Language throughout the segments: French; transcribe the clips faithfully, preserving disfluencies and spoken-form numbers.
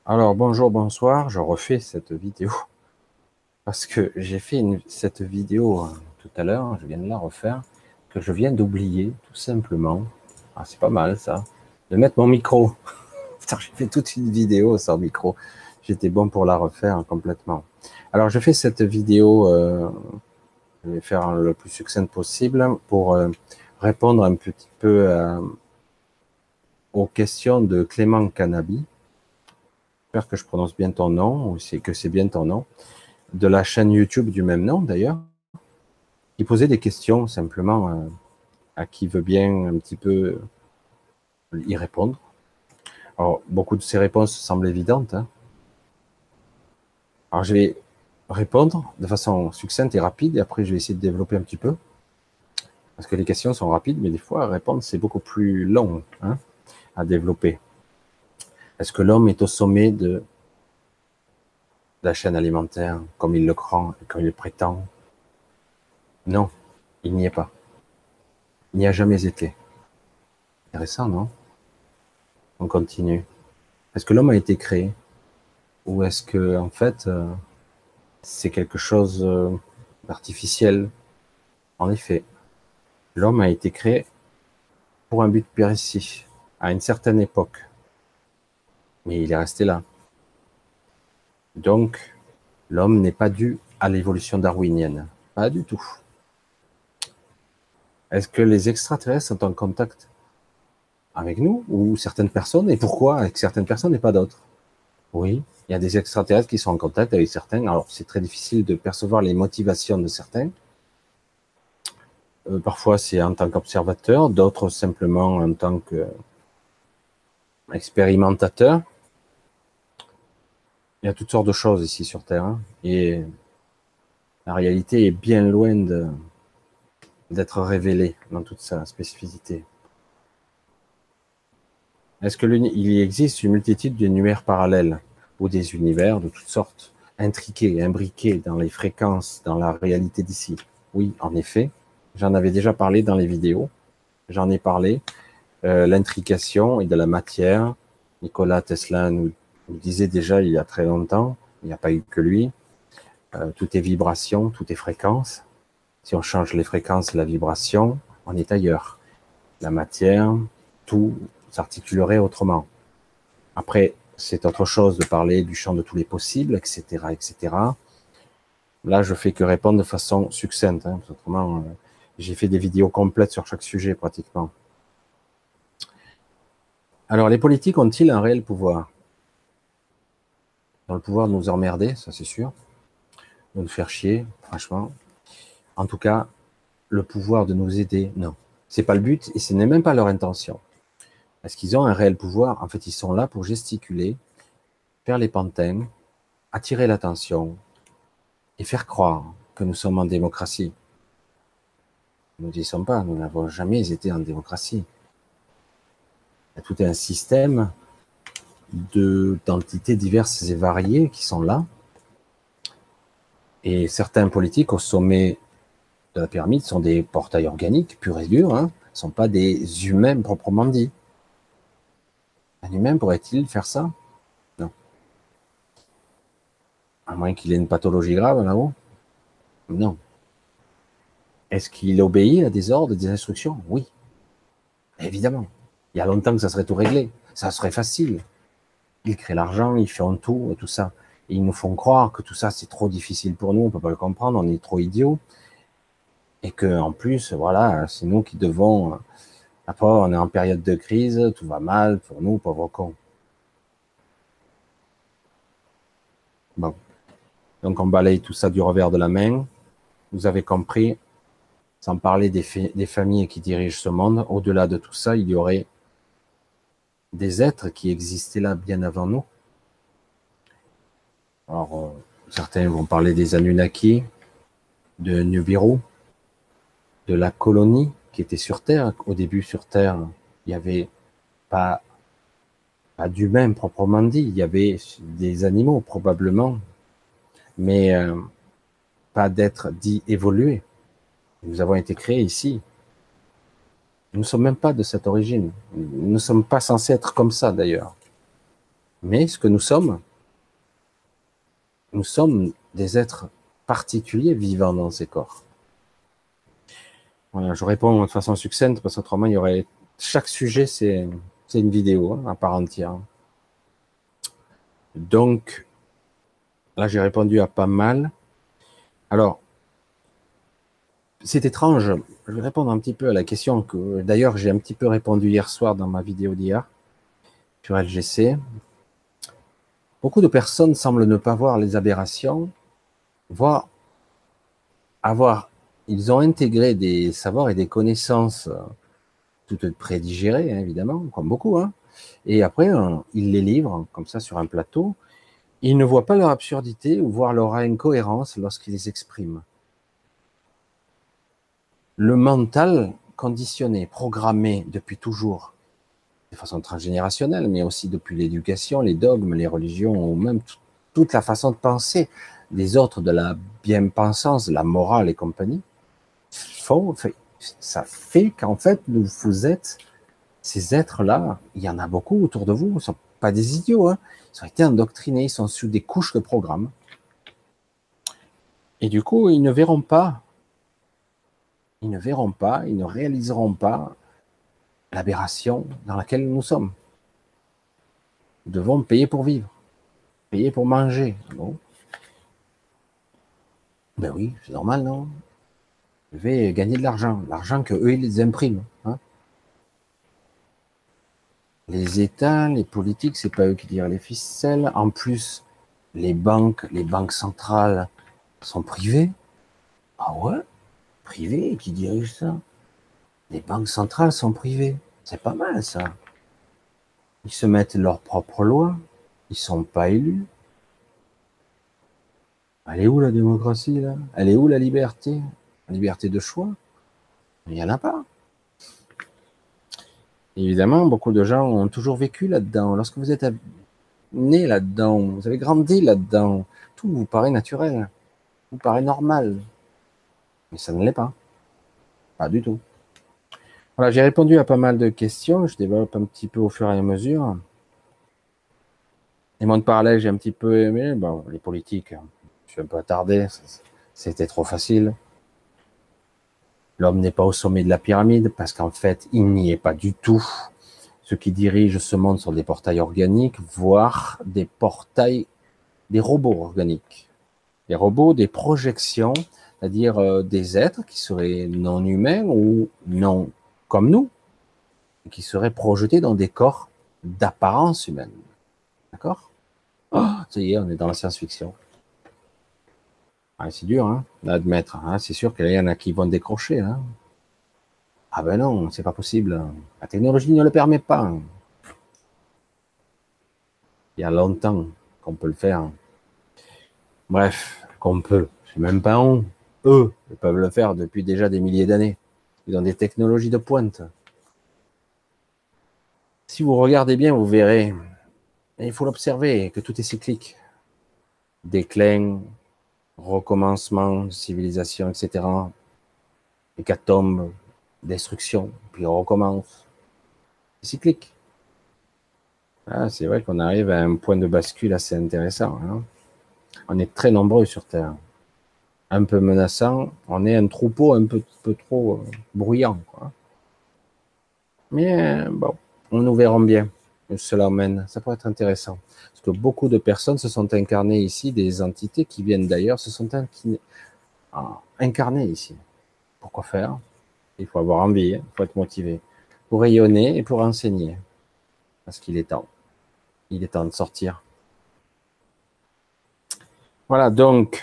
Alors bonjour, bonsoir, je refais cette vidéo parce que j'ai fait une- cette vidéo euh, tout à l'heure, je viens de la refaire, que je viens d'oublier tout simplement. Ah, c'est pas mal ça, de mettre mon micro. Putain, j'ai fait toute une vidéo sans micro. J'étais bon pour la refaire complètement. Alors je fais cette vidéo, euh, je vais faire le plus succinct possible pour euh, répondre un petit peu euh, aux questions de Clément Canabi. J'espère que je prononce bien ton nom, ou c'est que c'est bien ton nom, de la chaîne YouTube du même nom d'ailleurs, qui posait des questions simplement euh, à qui veut bien un petit peu y répondre. Alors, beaucoup de ces réponses semblent évidentes, hein. Alors, je vais répondre de façon succincte et rapide, et après, je vais essayer de développer un petit peu, parce que les questions sont rapides, mais des fois, répondre, c'est beaucoup plus long, hein, à développer. Est-ce que l'homme est au sommet de la chaîne alimentaire, comme il le croit, comme il le prétend? Non, il n'y est pas. Il n'y a jamais été. Intéressant, non? On continue. Est-ce que l'homme a été créé? Ou est-ce que, en fait, euh, c'est quelque chose euh, d'artificiel? En effet, l'homme a été créé pour un but précis, à une certaine époque, mais il est resté là. Donc, l'homme n'est pas dû à l'évolution darwinienne. Pas du tout. Est-ce que les extraterrestres sont en contact avec nous ou certaines personnes? Et pourquoi avec certaines personnes et pas d'autres? Oui, il y a des extraterrestres qui sont en contact avec certains. Alors, c'est très difficile de percevoir les motivations de certains. Euh, parfois, c'est en tant qu'observateur, d'autres simplement en tant qu'expérimentateur. Il y a toutes sortes de choses ici sur Terre, hein, et la réalité est bien loin de- d'être révélée dans toute sa spécificité. Est-ce que l'uni- il y existe une multitude d'univers parallèles ou des univers de toutes sortes, intriqués, imbriqués dans les fréquences, dans la réalité d'ici? Oui, en effet. J'en avais déjà parlé dans les vidéos. J'en ai parlé. Euh, l'intrication et de la matière. Nikola Tesla nous, nous disait déjà il y a très longtemps, il n'y a pas eu que lui, euh, tout est vibration, tout est fréquence. Si on change les fréquences et la vibration, on est ailleurs. La matière, tout s'articulerait autrement. Après, c'est autre chose de parler du champ de tous les possibles, et cetera, et cetera. Là, je fais que répondre de façon succincte, hein, autrement, euh, j'ai fait des vidéos complètes sur chaque sujet pratiquement. Alors, les politiques ont-ils un réel pouvoir? Dans le pouvoir de nous emmerder, ça c'est sûr, de nous faire chier, franchement. En tout cas, le pouvoir de nous aider, non. C'est pas le but et ce n'est même pas leur intention. Est-ce qu'ils ont un réel pouvoir? En fait, ils sont là pour gesticuler, faire les pantins, attirer l'attention et faire croire que nous sommes en démocratie. Nous n'y sommes pas, nous n'avons jamais été en démocratie. Il y a tout un système de d'entités diverses et variées qui sont là. Et certains politiques au sommet de la pyramide sont des portails organiques, purs et durs, hein, ne sont pas des humains proprement dit. Un humain pourrait-il faire ça? Non. À moins qu'il ait une pathologie grave là-haut? Non. Est-ce qu'il obéit à des ordres, des instructions? Oui, évidemment. Il y a longtemps que ça serait tout réglé. Ça serait facile. Ils créent l'argent, ils font tout, et tout ça. Et ils nous font croire que tout ça, c'est trop difficile pour nous, on peut pas le comprendre, on est trop idiots. Et que, en plus, voilà, c'est nous qui devons, après, on est en période de crise, tout va mal pour nous, pauvres cons. Bon. Donc, on balaye tout ça du revers de la main. Vous avez compris, sans parler des, des familles qui dirigent ce monde, au-delà de tout ça, il y aurait des êtres qui existaient là bien avant nous. Alors, euh, certains vont parler des Anunnaki, de Nibiru, de la colonie qui était sur Terre. Au début, sur Terre, il n'y avait pas, pas d'humains proprement dit. Il y avait des animaux probablement, mais euh, pas d'êtres dits évolués. Nous avons été créés ici. Nous ne sommes même pas de cette origine. Nous ne sommes pas censés être comme ça d'ailleurs. Mais ce que nous sommes, nous sommes des êtres particuliers vivant dans ces corps. Voilà, je réponds de façon succincte parce qu'autrement il y aurait chaque sujet c'est c'est une vidéo hein, à part entière. Donc là j'ai répondu à pas mal. Alors c'est étrange. Je vais répondre un petit peu à la question que d'ailleurs j'ai un petit peu répondu hier soir dans ma vidéo d'hier sur L G C. Beaucoup de personnes semblent ne pas voir les aberrations, voire avoir, ils ont intégré des savoirs et des connaissances euh, toutes prédigérées, hein, évidemment, comme beaucoup, hein. Et après, euh, ils les livrent comme ça sur un plateau. Ils ne voient pas leur absurdité ou voir leur incohérence lorsqu'ils les expriment. Le mental conditionné, programmé depuis toujours, de façon transgénérationnelle, mais aussi depuis l'éducation, les dogmes, les religions, ou même t- toute la façon de penser des autres, de la bien-pensance, la morale et compagnie, font, fait, ça fait qu'en fait, nous, vous êtes ces êtres-là, il y en a beaucoup autour de vous, ils ne sont pas des idiots, hein. Ils ont été endoctrinés, ils sont sous des couches de programmes. Et du coup, ils ne verront pas, ils ne verront pas, ils ne réaliseront pas l'aberration dans laquelle nous sommes. Nous devons payer pour vivre, payer pour manger. Bon. Ben oui, c'est normal, non? Je vais gagner de l'argent, l'argent que eux ils impriment. Hein. Les États, les politiques, c'est pas eux qui tirent les ficelles. En plus, les banques, les banques centrales sont privées. Ah ouais? Privées, qui dirige ça? Les banques centrales sont privées. C'est pas mal ça. Ils se mettent leurs propres lois. Ils sont pas élus. Elle est où la démocratie là? Elle est où la liberté? La liberté de choix? Il n'y en a pas. Évidemment, beaucoup de gens ont toujours vécu là-dedans. Lorsque vous êtes né là-dedans, vous avez grandi là-dedans, tout vous paraît naturel, vous paraît normal. Mais ça ne l'est pas. Pas du tout. Voilà, j'ai répondu à pas mal de questions. Je développe un petit peu au fur et à mesure. Les mondes parallèles, j'ai un petit peu aimé. Bon, les politiques, je suis un peu attardé. C'était trop facile. L'homme n'est pas au sommet de la pyramide parce qu'en fait, il n'y est pas du tout. Ceux qui dirigent ce monde sont des portails organiques, voire des portails, des robots organiques. Des robots, des projections, c'est-à-dire euh, des êtres qui seraient non humains ou non comme nous, qui seraient projetés dans des corps d'apparence humaine. D'accord? Oh, ça y est, on est dans la science-fiction. Ah, c'est dur, hein, d'admettre. Hein. C'est sûr qu'il y en a qui vont décrocher. Hein. Ah ben non, c'est pas possible. La technologie ne le permet pas. Il y a longtemps qu'on peut le faire. Bref, qu'on peut. C'est même pas on. Eux, ils peuvent le faire depuis déjà des milliers d'années. Ils ont des technologies de pointe. Si vous regardez bien, vous verrez. Et il faut l'observer, que tout est cyclique. Déclin, recommencement, civilisation, et cetera. Hécatombe, destruction, puis on recommence. C'est cyclique. Ah, c'est vrai qu'on arrive à un point de bascule assez intéressant. Hein. On est très nombreux sur Terre. Un peu menaçant, on est un troupeau un peu, peu trop euh, bruyant. Quoi. Mais euh, bon, on nous verrons bien où cela emmène. Ça pourrait être intéressant. Parce que beaucoup de personnes se sont incarnées ici, des entités qui viennent d'ailleurs, se sont incarnées, ah, incarnées ici. Pourquoi faire? Il faut avoir envie, il faut être motivé. Pour rayonner et pour enseigner. Parce qu'il est temps. Il est temps de sortir. Voilà, donc,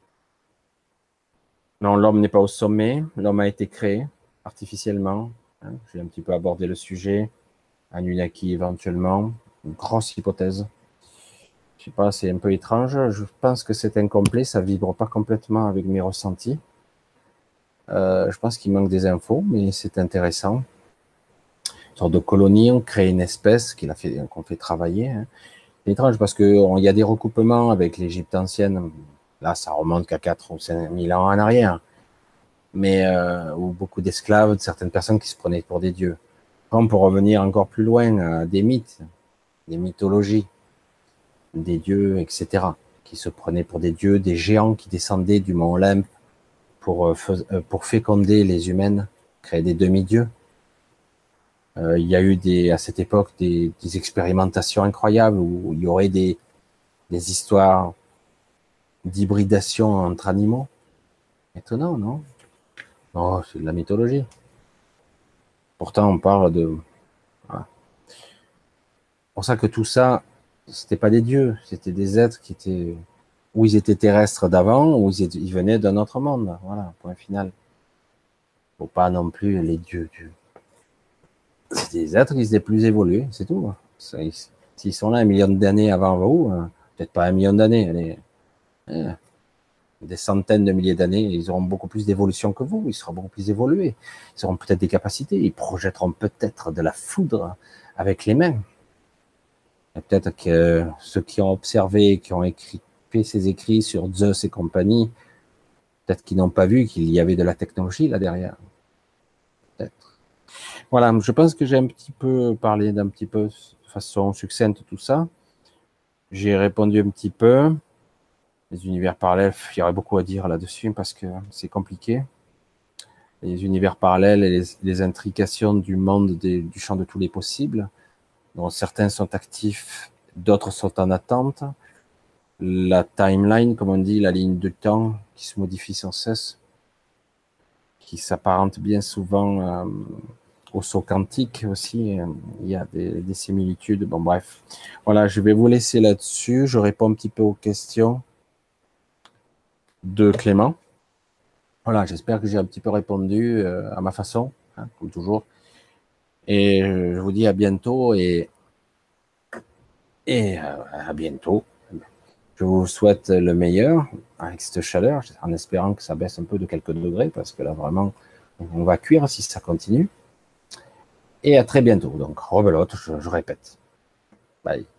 non, l'homme n'est pas au sommet. L'homme a été créé artificiellement. Hein, j'ai un petit peu abordé le sujet. Anunnaki éventuellement. Une grosse hypothèse. Je sais pas, c'est un peu étrange. Je pense que c'est incomplet. Ça vibre pas complètement avec mes ressentis. Euh, je pense qu'il manque des infos, mais c'est intéressant. Une sorte de colonie, on crée une espèce qu'il a fait, qu'on fait travailler. Hein. C'est étrange parce que on- il y a des recoupements avec l'Égypte ancienne. Là, ça remonte qu'à quatre ou cinq mille ans en arrière. Mais euh, où beaucoup d'esclaves, de certaines personnes qui se prenaient pour des dieux. Comme pour revenir encore plus loin, à des mythes, des mythologies. des dieux, et cetera, qui se prenaient pour des dieux, des géants qui descendaient du mont Olympe pour, euh, fais- pour féconder les humaines, créer des demi-dieux. Euh, il y a eu des, à cette époque des, des expérimentations incroyables où il y aurait des, des histoires d'hybridation entre animaux. Étonnant, non? Oh, c'est de la mythologie. Pourtant, on parle de... Voilà. C'est pour ça que tout ça, c'était pas des dieux, c'était des êtres qui étaient... Ou ils étaient terrestres d'avant, ou ils, étaient- ils venaient d'un autre monde. Voilà, point final. Faut pas non plus les dieux. dieux. C'est des êtres qui étaient plus évolués, c'est tout. Ça, ils- S'ils sont là un million d'années avant vous, euh, peut-être pas un million d'années, allez, euh, des centaines de milliers d'années, ils auront beaucoup plus d'évolution que vous, ils seront beaucoup plus évolués. Ils auront peut-être des capacités, ils projetteront peut-être de la foudre avec les mains. Et peut-être que ceux qui ont observé, qui ont écrit, fait ces écrits sur Zeus et compagnie, peut-être qu'ils n'ont pas vu qu'il y avait de la technologie là derrière. Peut-être. Voilà, je pense que j'ai un petit peu parlé d'un petit peu de façon succincte tout ça. J'ai répondu un petit peu. Les univers parallèles, il y aurait beaucoup à dire là-dessus parce que c'est compliqué. Les univers parallèles et les, les intrications du monde des, du champ de tous les possibles, dont certains sont actifs, d'autres sont en attente. La timeline, comme on dit, la ligne de temps qui se modifie sans cesse, qui s'apparente bien souvent euh, au saut quantique aussi. euh, Il y a des, des similitudes. Bon, bref. Voilà, je vais vous laisser là-dessus. Je réponds un petit peu aux questions de Clément. Voilà, j'espère que j'ai un petit peu répondu euh, à ma façon, hein, comme toujours. Et euh, je vous dis à bientôt et, et euh, à bientôt. Je vous souhaite le meilleur avec cette chaleur, en espérant que ça baisse un peu de quelques degrés, parce que là, vraiment, on va cuire si ça continue. Et à très bientôt. Donc, rebelote, je, je répète. Bye.